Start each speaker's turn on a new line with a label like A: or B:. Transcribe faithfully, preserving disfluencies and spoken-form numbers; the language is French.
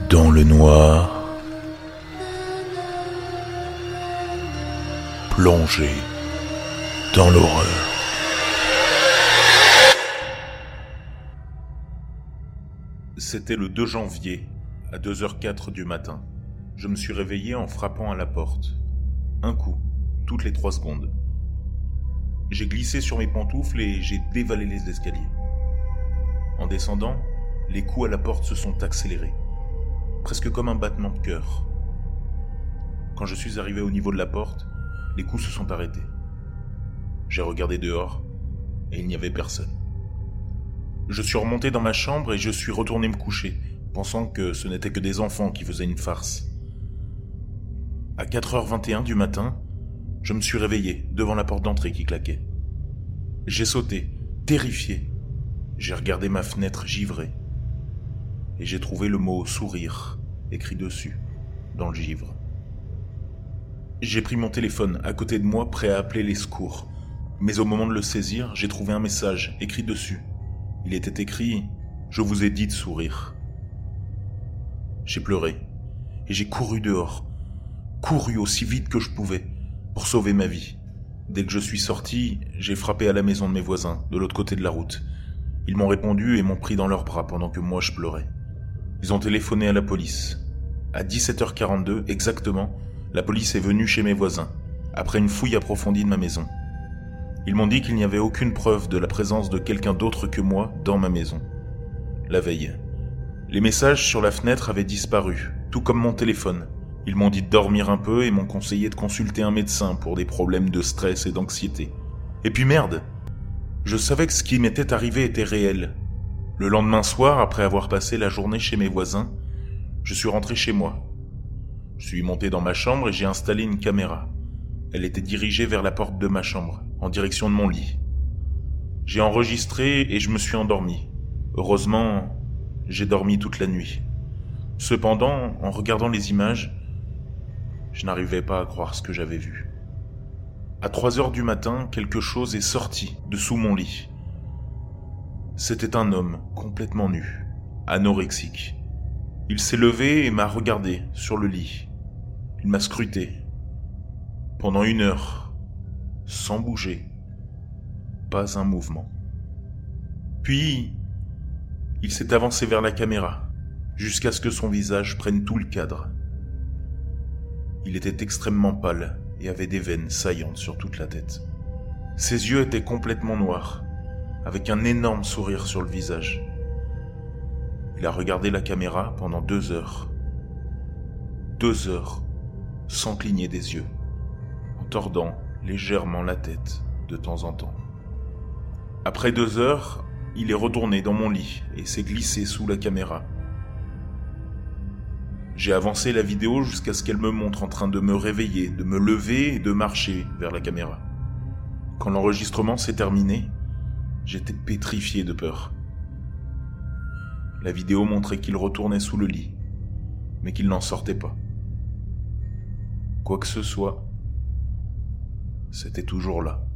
A: Dans le noir, plongé dans l'horreur. C'était le deux janvier, à deux heures quatre du matin. Je me suis réveillé en frappant à la porte. Un coup, toutes les trois secondes. J'ai glissé sur mes pantoufles et j'ai dévalé les escaliers. En descendant, les coups à la porte se sont accélérés, presque comme un battement de cœur. Quand je suis arrivé au niveau de la porte, les coups se sont arrêtés. J'ai regardé dehors et il n'y avait personne. Je suis remonté dans ma chambre et je suis retourné me coucher, pensant que ce n'était que des enfants qui faisaient une farce. À quatre heures vingt et un du matin, je me suis réveillé devant la porte d'entrée qui claquait. J'ai sauté, terrifié. J'ai regardé ma fenêtre givrée. Et j'ai trouvé le mot « sourire » écrit dessus, dans le givre. J'ai pris mon téléphone à côté de moi, prêt à appeler les secours. Mais au moment de le saisir, j'ai trouvé un message écrit dessus. Il était écrit « Je vous ai dit de sourire ». J'ai pleuré et j'ai couru dehors, couru aussi vite que je pouvais pour sauver ma vie. Dès que je suis sorti, j'ai frappé à la maison de mes voisins, de l'autre côté de la route. Ils m'ont répondu et m'ont pris dans leurs bras pendant que moi je pleurais. Ils ont téléphoné à la police. À dix-sept heures quarante-deux, exactement, la police est venue chez mes voisins, après une fouille approfondie de ma maison. Ils m'ont dit qu'il n'y avait aucune preuve de la présence de quelqu'un d'autre que moi dans ma maison. La veille, les messages sur la fenêtre avaient disparu, tout comme mon téléphone. Ils m'ont dit de dormir un peu et m'ont conseillé de consulter un médecin pour des problèmes de stress et d'anxiété. Et puis merde, je savais que ce qui m'était arrivé était réel. Le lendemain soir, après avoir passé la journée chez mes voisins, je suis rentré chez moi. Je suis monté dans ma chambre et j'ai installé une caméra. Elle était dirigée vers la porte de ma chambre, en direction de mon lit. J'ai enregistré et je me suis endormi. Heureusement, j'ai dormi toute la nuit. Cependant, en regardant les images, je n'arrivais pas à croire ce que j'avais vu. À trois heures du matin, quelque chose est sorti de sous mon lit. C'était un homme complètement nu, anorexique. Il s'est levé et m'a regardé sur le lit. Il m'a scruté. Pendant une heure, sans bouger, pas un mouvement. Puis, il s'est avancé vers la caméra, jusqu'à ce que son visage prenne tout le cadre. Il était extrêmement pâle et avait des veines saillantes sur toute la tête. Ses yeux étaient complètement noirs, avec un énorme sourire sur le visage. Il a regardé la caméra pendant deux heures. Deux heures, sans cligner des yeux, en tordant légèrement la tête de temps en temps. Après deux heures, il est retourné dans mon lit et s'est glissé sous la caméra. J'ai avancé la vidéo jusqu'à ce qu'elle me montre en train de me réveiller, de me lever et de marcher vers la caméra. Quand l'enregistrement s'est terminé, j'étais pétrifié de peur. La vidéo montrait qu'il retournait sous le lit, mais qu'il n'en sortait pas. Quoi que ce soit, c'était toujours là.